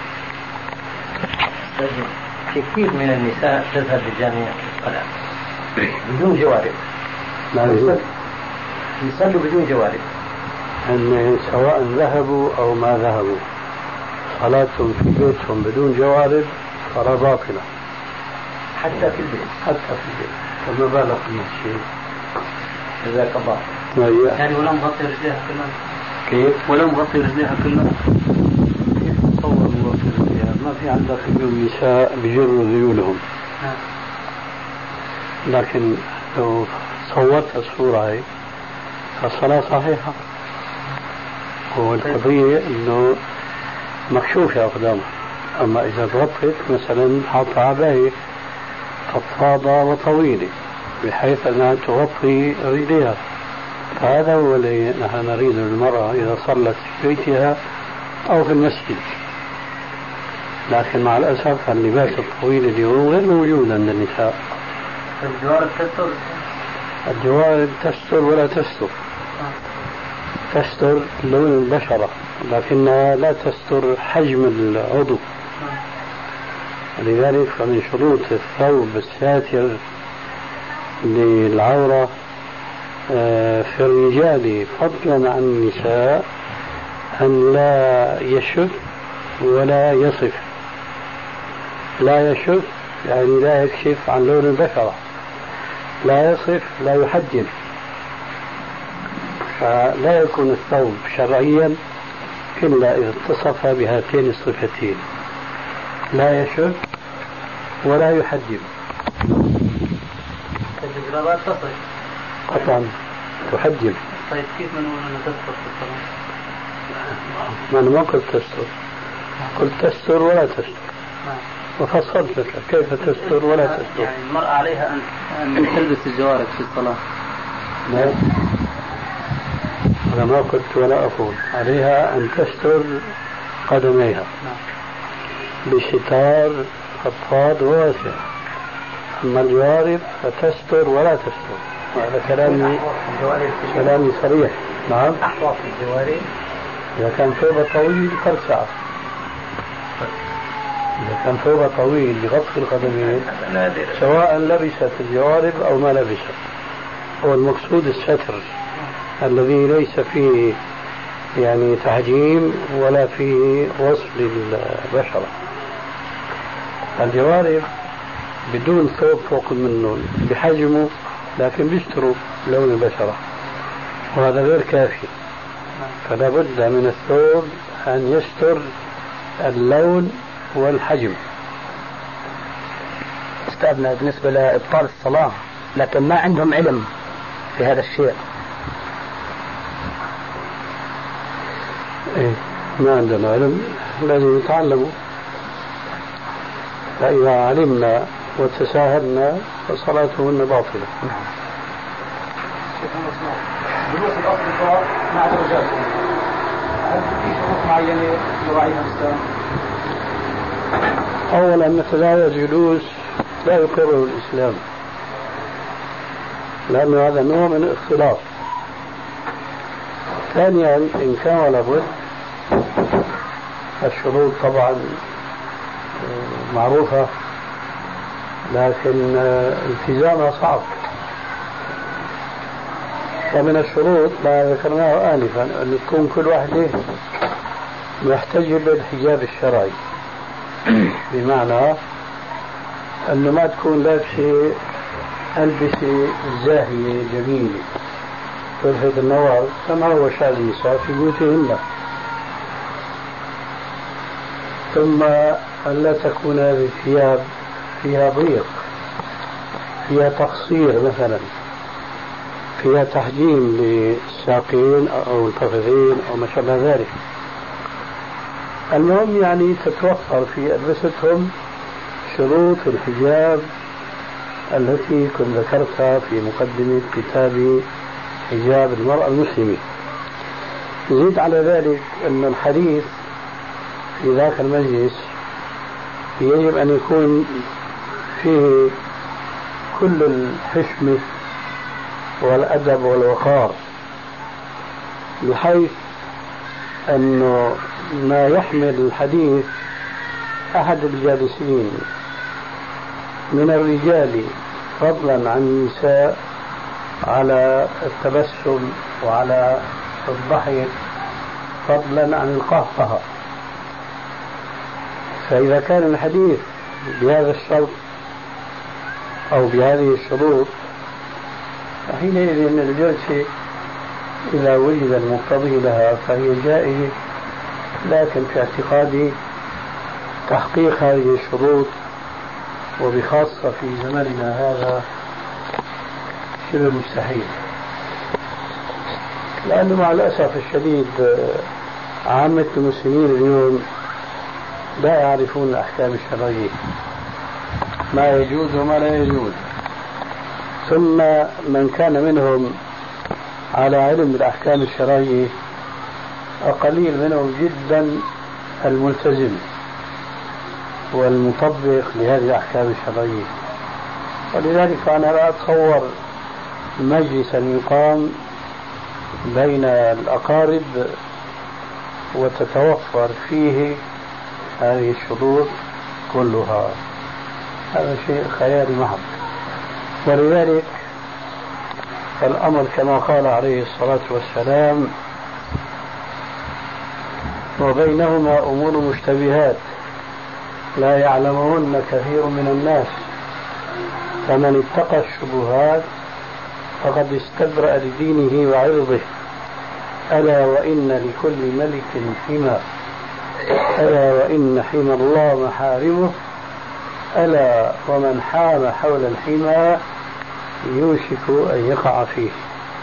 كثير من النساء تذهب للجامعة للصلاة بدون جوارب. يصلوا بدون جوارب. أن سواء ذهبوا أو ما ذهبوا صلاتهم في بيتهم بدون جوارب صلاة باطلة. حتى في البيت. حتى في البيت. فما بالك بالشيء. جزاك الله. يعني ولا مغطي رجليها كلها؟ كيف؟ ولا مغطي رجليها كلها؟ كيف تصور مغطي رجليها؟ ما في عندك اليوم نساء بجروا ذيولهم. لكن لو صورت الصورة هاي فالصلاة صحيحة. والقضية انه مكشوفة أقدامها. أما إذا تغطت مثلا حاطة عباية فضفاضة وطويلة بحيث أنها تغطي رجليها، فهذا هو الذي نحن نريد المرأة إذا صلت في بيتها أو في المسجد. لكن مع الأسف اللباس الطويل اليوم غير موجود عند النساء. الجوارب تستر؟ الجوارب تستر ولا تستر. تستر لون البشرة لكنها لا تستر حجم العضو. لذلك فمن شروط الثوب الساتر للعورة في الرجال فضلا عن النساء أن لا يشف ولا يصف. لا يشف يعني لا يكشف عن لون البشرة، لا يصف لا يحجب، فلا يكون الثوب شرعيا إلا إذا اتصف بهاتين الصفتين، لا يشف ولا يحجب. الجرابات تصف قطعا تحجب. طيب كيف من أنها تستر في الصلاة؟ ما أنا ما قلت تستر، قلت تستر ولا تستر، وفصلت لك كيف تستر ولا تستر. يعني المرأة عليها أن تلبس الجوارب في الصلاة. لا، أنا ما قلت ولا أقول. عليها أن تستر قدميها بستار فضفاض واسع، أما الجوارب فتستر ولا تستر. هذا كلامي صريح. نعم. أحواض الجواري إذا كان ثوبه طويل ترسع، إذا كان ثوبه طويل يغطي القدمين سواء لبست الجوارب أو ما لبست، هو المقصود الستر الذي ليس فيه يعني تحجيم ولا فيه وصف للبشرة. الجوارب بدون ثوب فوق منه بحجمه لكن بيستروا لون البشرة، وهذا غير كافي، فلا بد من الثوب أن يستر اللون والحجم. أستاذنا بالنسبة لإبطال الصلاة لكن ما عندهم علم في هذا الشيء. إيه ما عندنا علم، لازم نتعلمه، فإذا علمنا وتساهلنا فصلاتهن باطلة. جلوس الأصدقاء مع زوجاتهم هل في شروط معينة يراعيها الإسلام؟ أولا نتجاوز جلوس لا يقره الإسلام، لأنه هذا نوع من الاختلاط. ثانيا إن كان لابد الشروط طبعا معروفة، لكن التزامها صعب. ومن الشروط ما ذكرناه آنفا أن تكون كل واحدة محتجبة بالحجاب الشرعي، بمعنى أنه ما تكون لابسة ألبسة زاهية جميلة تلفت النظر كما هو شأن النساء في بيوتهن. ثم ألا تكون هذه الثياب فيها ضيق، فيها تقصير مثلا، فيها تحجيم للساقين أو الكفين أو ما شابه ذلك. المهم يعني تتوفر في ألبستهم شروط الحجاب التي كنت ذكرتها في مقدمة كتاب حجاب المرأة المسلمة. زيد على ذلك أن الحديث في ذاك المجلس يجب أن يكون فيه كل الحشمة والأدب والوقار، بحيث أنه ما يحمل الحديث أحد الجالسين من الرجال فضلا عن النساء على التبسم وعلى الضحك فضلا عن القهقه. فإذا كان الحديث بهذا الشرط أو بهذه الشروط فحينئذ الجلسة إذا وجد المقتضي لها فهي جائزة، لكن في اعتقادي تحقيق هذه الشروط وبخاصة في زمننا هذا شبه مستحيل، لأنه مع الأسف الشديد عامة المسلمين اليوم لا يعرفون الأحكام الشرعية، ما يجوز وما لا يجوز. ثم من كان منهم على علم بالأحكام الشرعية قليل منهم جدا الملتزم والمطبق لهذه الأحكام الشرعية. ولذلك أنا لا أتصور مجلسا يقام بين الأقارب وتتوفر فيه هذه الشروط كلها، هذا شيء خيالي محض. ولذلك الأمر كما قال عليه الصلاة والسلام وبينهما أمور مشتبهات لا يعلمهن كثير من الناس فمن اتقى الشبهات فقد استبرأ لدينه وعرضه. ألا وإن لكل ملك حمى، ألا وإن حمى الله محارمه، ألا ومن حام حول الحمى يوشك أن يقع فيه.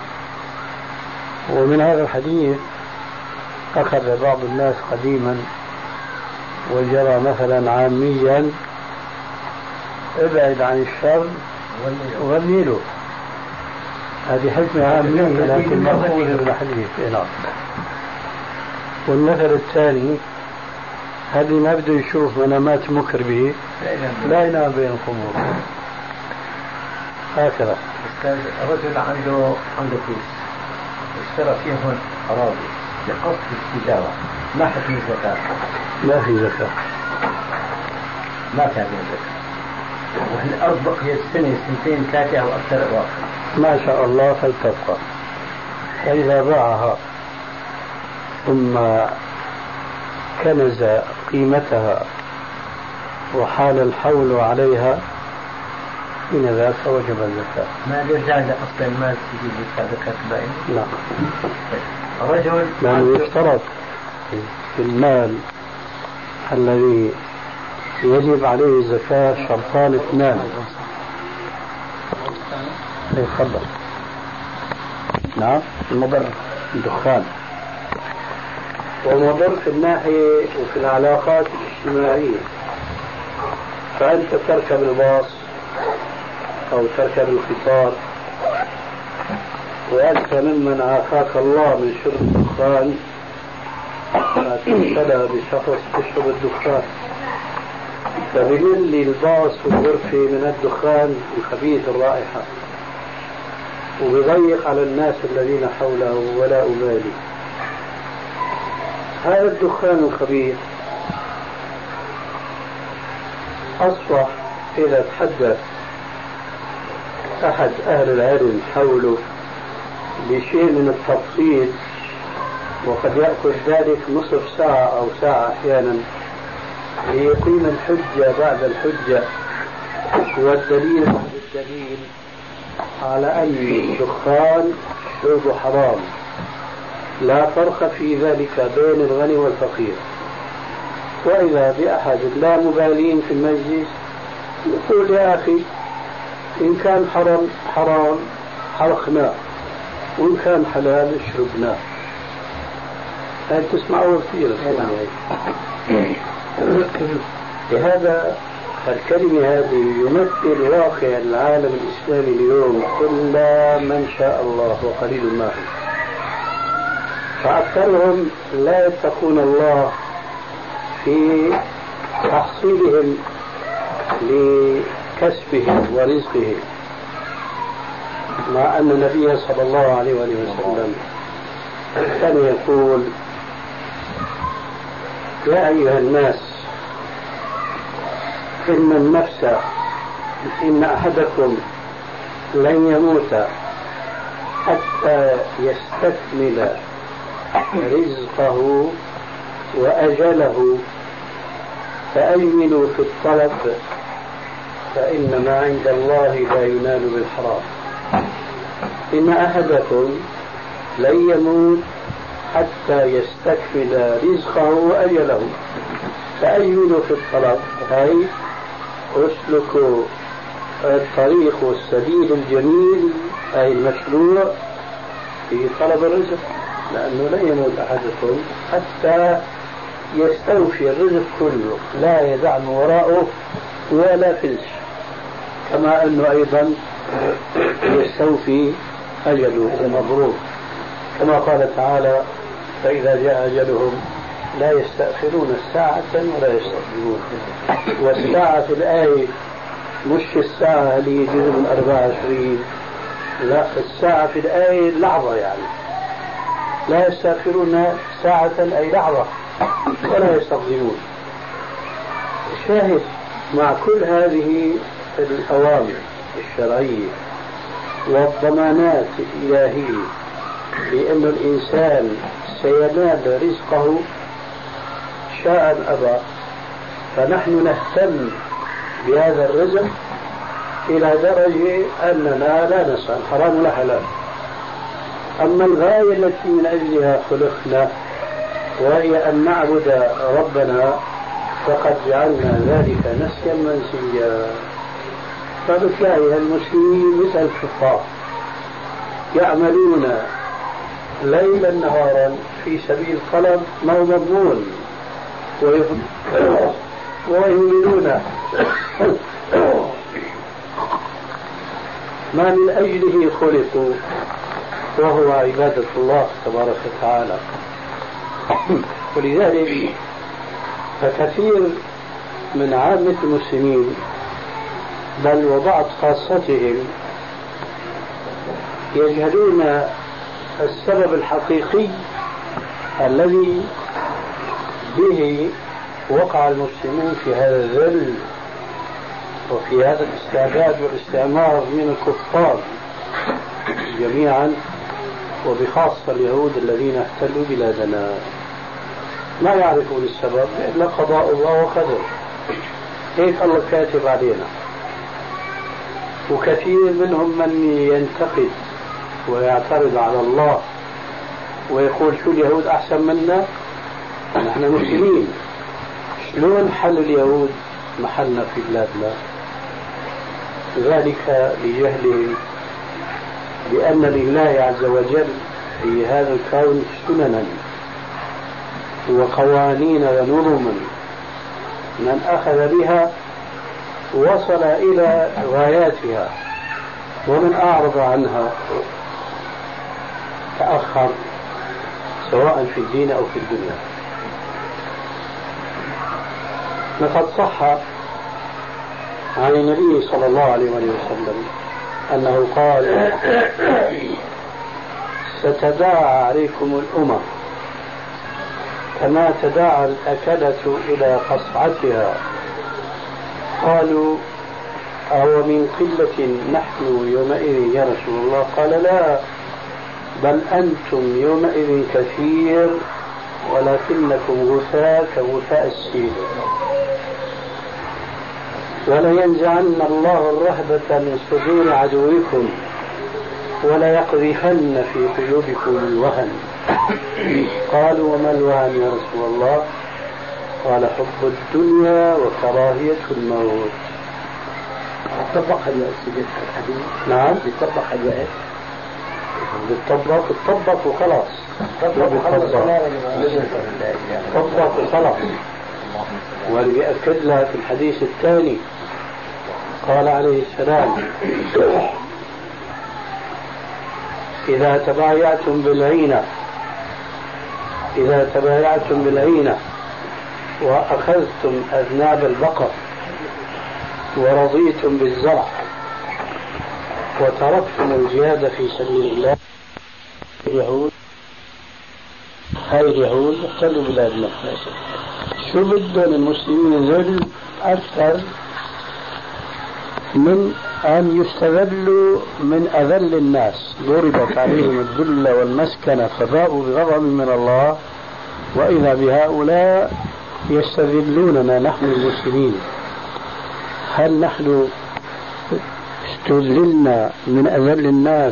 ومن هذا الحديث أخذ بعض الناس قديما وجرى مثلا عاميا ابعد عن الشر وغنيله، هذه حكمة عامية لكن مأخوذة من الحديث. والمثل الثاني هذه ما بده يشوف منامات مكر به لا ينام بين القبور، هكذا. رجل عنده كيس اشترى فيهن أراضي بقصد التجارة، ما حكم الزكاة؟ ما في زكاة. ما كان من زكاة. والأرض بقيت سنة سنتين ثلاثة أو أكثر أو أكثر، ما شاء الله فلتبقى. فإذا باعها ثم كنز قيمتها وحال الحول عليها من ذاك وجب الزكاة. ما يرجع لأصل المال تجيب زكاة باين؟ لا. رجل لأنه يشترط في المال الذي يجب عليه الزكاة شرطان اثنان. تفضل. نعم. المضر الدخان، ومضر في الناحية وفي العلاقات الاجتماعية. فأنت تركب الباص أو تركب القطار وأنت ممن عافاك الله من شرب الدخان، فتبتلى بشخص تشرب الدخان، فبيملي الباص والغرفة من الدخان الخبيث الرائحة، وبيضيق على الناس الذين حوله ولا أبالي. هذا الدخان الخبيث أصبح إذا تحدث أحد أهل العلم حوله بشيء من التفصيل، وقد يأخذ ذلك نصف ساعة أو ساعة أحيانا ليقيم الحجة بعد الحجة والدليل بعد الدليل على أن الدخان شرب حرام، لا فرق في ذلك بين الغني والفقير. وإذا بأحد لا مبالين في المجلس يقول يا أخي إن كان حرام حرقناه، وإن كان حلال شربناه. هل تسمعوا كثير؟ لهذا الكلمة هذه يمثل واقع العالم الإسلامي اليوم إلا من شاء الله وقليل ما هم، فأكثرهم لا يتقون الله في تحصيلهم لكسبهم ورزقهم، مع أن النبي صلى الله عليه وسلم كان يقول يا أيها الناس إن أحدكم لن يموت حتى يستكمل رزقه وأجله، فأجملوا في الطلب فإن ما عند الله لا ينال بالحرام. إن أحدكم لن يموت حتى يستكمل رزقه وأجله، فأجملوا في الطلب، أي اسلكوا الطريق والسبيل الجميل أي المشروع في طلب الرزق، لأنه لا يموت أحدكم حتى يستوفي الرزق كله، لا يدع من وراءه ولا فلس، كما أنه أيضا يستوفي أجله المبروك، كما قال تعالى فإذا جاء أجلهم لا يستأخرون الساعة ولا يستقدمون. والساعة في الآية مش الساعة اللي يجوز من 24، لا، الساعة في الآية لحظة، يعني لا يستأخرون ساعة أي لحظة ولا يستقدمون. الشاهد مع كل هذه الأوامر الشرعية والضمانات الإلهية بأن الإنسان سينال رزقه شاء أبى، فنحن نهتم بهذا الرزق إلى درجة أننا لا نسأل حرام ولا حلال. أما الغاية التي من أجلها خلقنا وهي أن نعبد ربنا فقد جعلنا ذلك نسيا منسيا. فبتلاقي المسلمين مثل الكفار يعملون ليلا نهارا في سبيل طلب ما هو مضمون، ويؤمنون ما من أجله خلقوا وهو عبادة الله تبارك وتعالى. ولذلك فكثير من عامة المسلمين بل وبعض خاصتهم يجهلون السبب الحقيقي الذي به وقع المسلمون في هذا الذل وفي هذا الاستعباد والاستعمار من الكفار جميعا، وبخاصة اليهود الذين احتلوا بلادنا. ما يعرفون السبب إلا قضاء الله وقدره، هيك الله كاتب علينا. وكثير منهم من ينتقد ويعترض على الله ويقول شو اليهود أحسن منا؟ نحن مسلمين، شلون حل اليهود محلنا في بلادنا؟ ذلك لجهلهم بأن لله عز وجل في هذا الكون سننا وقوانين ونظما من أخذ بها وصل إلى غاياتها، ومن أعرض عنها تأخر سواء في الدين أو في الدنيا. لقد صح عن النبي صلى الله عليه وسلم أنه قال: ستداعى عليكم الأمم كما تداعى الأكلة إلى قصعتها. قالوا: أو من قلة نحن يومئذ يا رسول الله؟ قال: لا، بل أنتم يومئذ كثير ولكنكم غثاء كغثاء السيل. ولينزعن الله الرهبة من صدور عدوكم وليقذفن في قلوبكم الوهن. قالوا: وما الوهن يا رسول الله؟ قال: حب الدنيا وكراهية الموت. طبق الحديث. نعم، يطبق الوقت. بالطبق وخلاص. طبق وخلاص. وليأكد لها في الحديث الثاني قال عليه السلام: إذا تبايعتم بالعينة وأخذتم أذناب البقر ورضيتم بالزرع وتركتم الجهاد في سبيل الله، هاي اليهود احتلوا بلادنا. شو بدهم المسلمين ذل أكثر من أن يستذلوا من أذل الناس؟ ضربت عليهم الذل والمسكنة فباءوا بغضب من الله، وإذا بهؤلاء يستذلوننا نحن المسلمين. هل نحن استذللنا من أذل الناس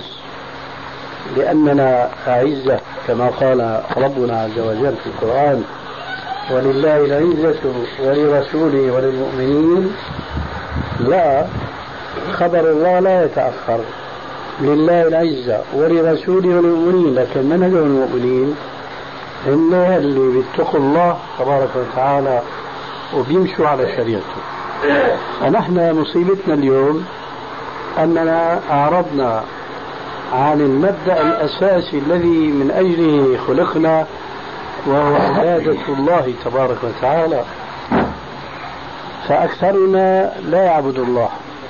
لأننا أعزة كما قال ربنا عز وجل في القرآن: ولله العزة ولرسوله وللمؤمنين؟ لا، خبر الله لا يتأخر. لله العزة ولرسوله وللمؤمنين، لكن من هم المؤمنين؟ هم اللي بيتقوا الله تبارك وتعالى وبيمشوا على شريعته. ونحن مصيبتنا اليوم أننا أعرضنا عن المبدأ الأساسي الذي من أجله خلقنا، وهو عبادة الله تبارك وتعالى. فأكثرنا لا يعبد الله،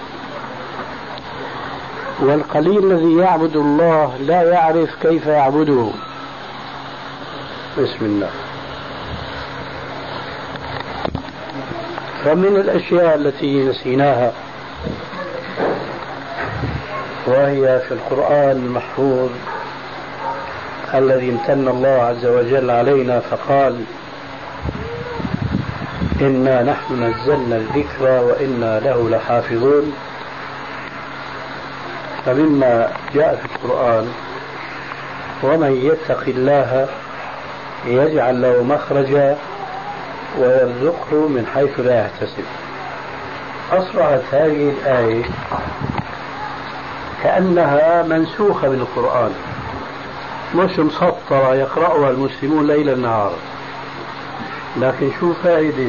والقليل الذي يعبد الله لا يعرف كيف يعبده. بسم الله. فمن الأشياء التي نسيناها وهي في القرآن المحفوظ الذي امتن الله عز وجل علينا فقال: إنا نحن نزلنا الذكر وإنا له لحافظون. فمما جاء في القرآن: ومن يتق الله يجعل له مخرجا ويرزقه من حيث لا يحتسب. أصبحت هذه الآية كأنها منسوخة من القرآن، مش مسطرة يقرأها المسلمون ليلا نهارا. لكن شو فائدة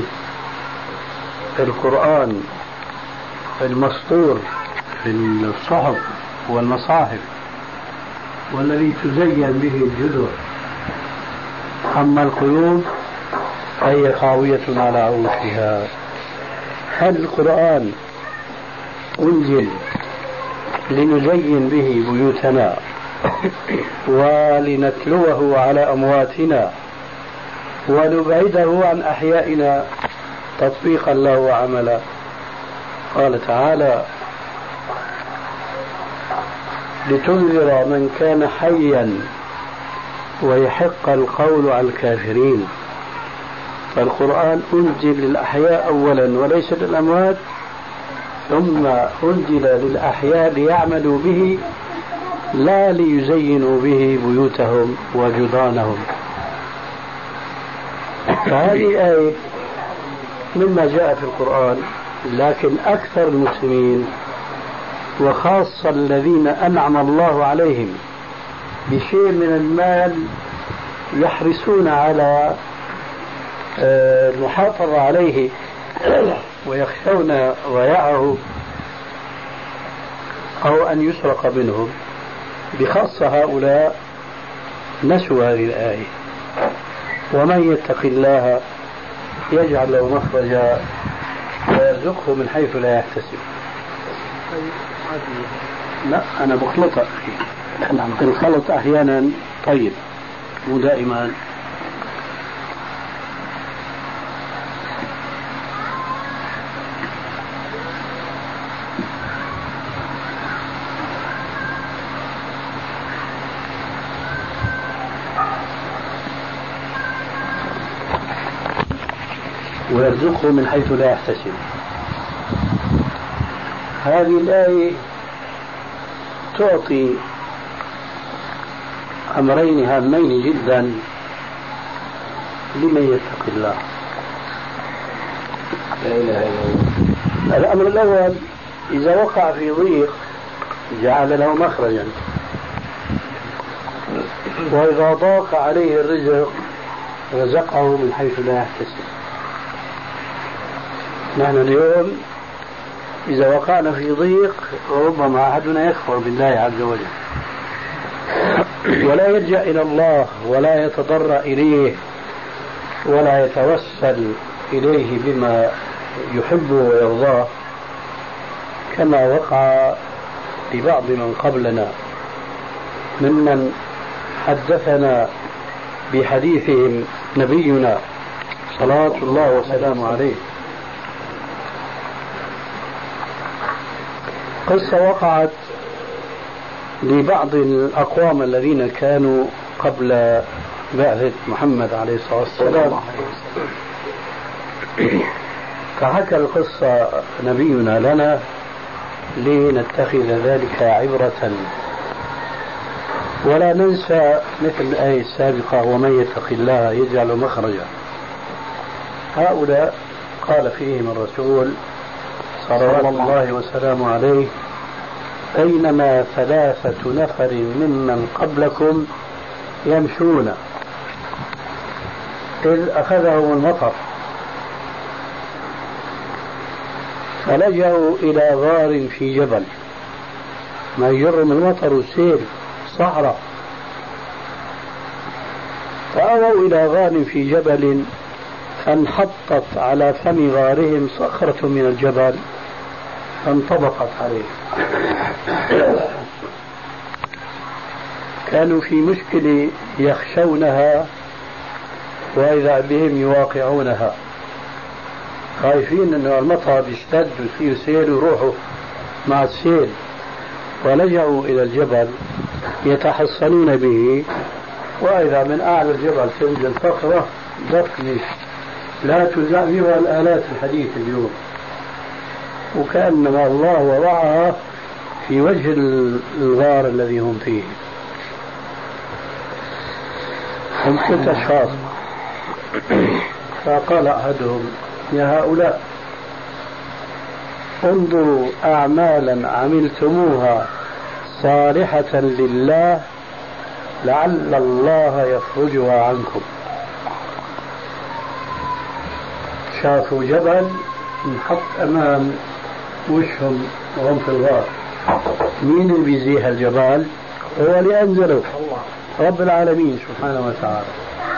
القرآن المسطور في الصحف والمصاحف والذي تزين به الجدر، أما القلوب فهي خاوية على عروشها. هل القرآن أنزل لنزين به بيوتنا ولنتلوه على أمواتنا ونبعده عن أحيائنا تطبيقا له وعملا. قال تعالى: لتنذر من كان حيا ويحق القول على الكافرين. فالقرآن أنزل للأحياء أولا وليس للأموات، ثم أنزل للأحياء ليعملوا به لا ليزينوا به بيوتهم وجدرانهم. فهذه آية مما جاء في القرآن، لكن أكثر المسلمين وخاصة الذين أنعم الله عليهم بشيء من المال يحرصون على المحافظة عليه ويخشون ضياعه أو أن يسرق منهم. بخاصة هؤلاء نسوا هذه الآية: ومن يتق الله يجعل له مخرجا ويرزقه من حيث لا يحتسب. لا أنا مخلطة، الخلط أحيانا طيب مو دائما. ويرزقه من حيث لا يحتسب. هذه الآية تعطي أمرين هامين جدا لمن يتق الله. الأمر الأول: إذا وقع في ضيق جعل له مخرجا، وإذا ضاق عليه الرزق رزقه من حيث لا يحتسب. نحن اليوم إذا وقعنا في ضيق ربما أحدنا يكفر بالله عز وجل ولا يلجأ إلى الله ولا يتضرع إليه ولا يتوسل إليه بما يحب ويرضاه، كما وقع لبعض من قبلنا ممن حدثنا بحديثهم نبينا صلوات الله وسلامه عليه. قصة وقعت لبعض الأقوام الذين كانوا قبل بعثة محمد عليه الصلاة والسلام، فحكى القصة نبينا لنا لنتخذ ذلك عبرة، ولا ننسى مثل الآية السابقة: ومن يتق الله يجعل مخرجا. هؤلاء قال فيهم الرسول صلوات الله وسلامه عليه: بينما 3 نفر ممن قبلكم يمشون إذ أخذهم المطر فلجأوا إلى غار في جبل، ما يجرهم المطر والسيل صحراء، فأووا إلى غار في جبل فانحطت على فم غارهم صخرة من الجبل فانطبقت عليه. كانوا في مشكلة يخشونها وإذا بهم يواقعونها، خايفين أن المطر يشتد ويصير سيل ويروحوا مع السيل، ولجأوا إلى الجبل يتحصنون به، وإذا من أعلى الجبل تنزل صخرة ضخمة لا تزعزعها الآلات الحديثة اليوم، وكأنما الله وضعها في وجه الغار الذي هم فيه. هم 6 أشخاص، فقال أحدهم: يا هؤلاء انظروا أعمالا عملتموها صالحة لله لعل الله يفرجها عنكم. شافوا جبل انحط أمام وشهم وهم في الغار، مين اللي بيزيح الجبال؟ هو اللي أنزله، رب العالمين سبحانه وتعالى.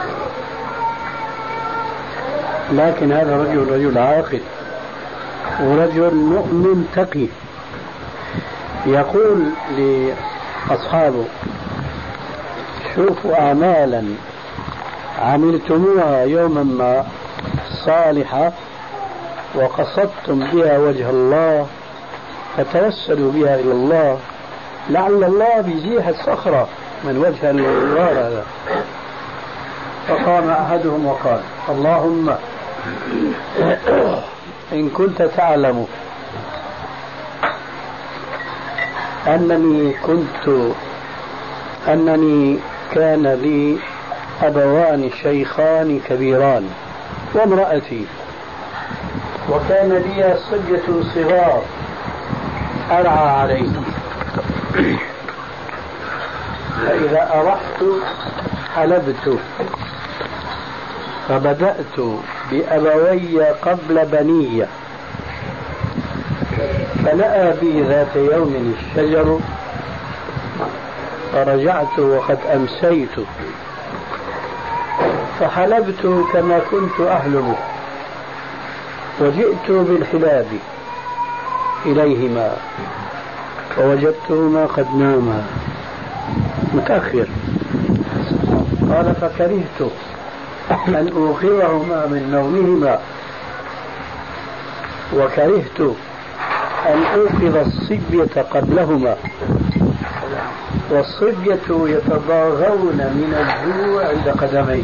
لكن هذا رجل عاقل ورجل مؤمن تقي، يقول لأصحابه: شوفوا أعمالا عملتموها يوما ما صالحة وقصدتم بها وجه الله فتوسلوا بها إلى الله، لعل الله بيزيح الصخرة من وجه الغار هذا. فقام أحدهم وقال: اللهم إن كنت تعلم أنني كان لي أبوان شيخان كبيران وامرأتي، وكان لي صبية صغار أرعى عليهم، فإذا أرحت حلبت، فبدأت بأبوي قبل بني، فنأى بي ذات يوم الشجر، فرجعت وقد أمسيت، فحلبت كما كنت أحلب، وجئت بالحلاب إليهما فوجدتهما قد ناما متأخر. قال: فكرهت أن أوقظهما من نومهما، وكرهت أن أوقظ الصبية قبلهما، والصبية يتضاغون من الجوع عند قدمي.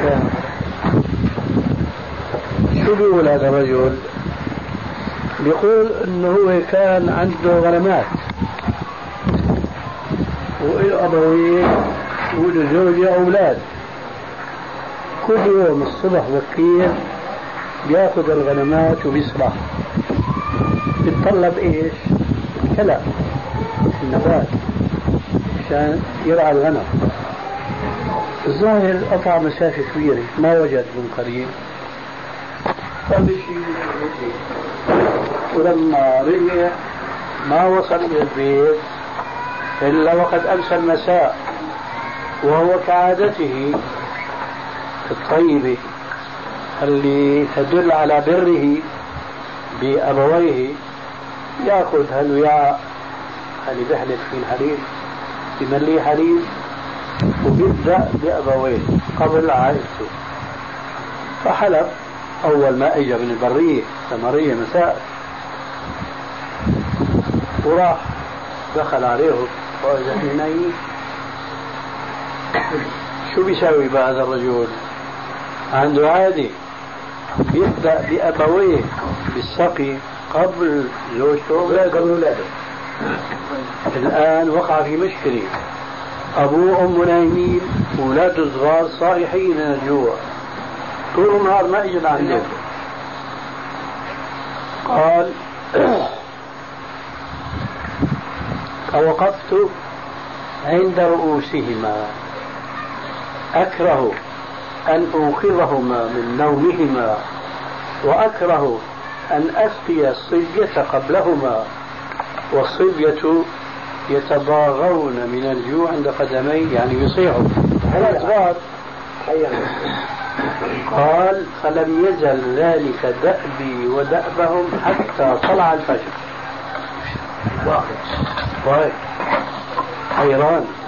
شو بيقول هذا الرجل؟ بيقول انه هو كان عنده غنمات وله ابوين وله زوجة اولاد، كل يوم الصبح بكير بياخذ الغنمات وبيسرح، بيتطلب ايش؟ كلى النبات عشان يرعى الغنم. الظاهر قطع مسافة كبيرة ما وجد من قريب، فمشي ولما رجع ما وصل إلى البيت إلا وقد أمسى المساء، وهو كعادته الطيبة اللي تدل على بره بأبويه، يأخذ هالوعاء اللي بيحلب فيه الحليب بمليه حليب وبيبدأ بأبويه قبل عائلته. فحلب أول ما إجا من البرية ثمرية مساء، وراح دخل عليهم وإذا نايم. شو بيساوي بقى هذا الرجل؟ عنده عادة يبدأ بأبويه بالسقي قبل زوجته وأولاده. الآن وقع في مشكلة، أبوه وأمه نايمين، أولاده صغار صائحين من الجوع، طول النهار ما اجى عنده. قال: فوقفت عند رؤوسهما أكره أن أوقظهما من نومهما، وأكره أن أسقي الصبية قبلهما، والصبية يتضاغون من الجوع عند قدمي، يعني يصيحوا على صغار. قال: فلم يزل ذلك دأبي ودأبهم حتى طلع الفجر. واحد حيران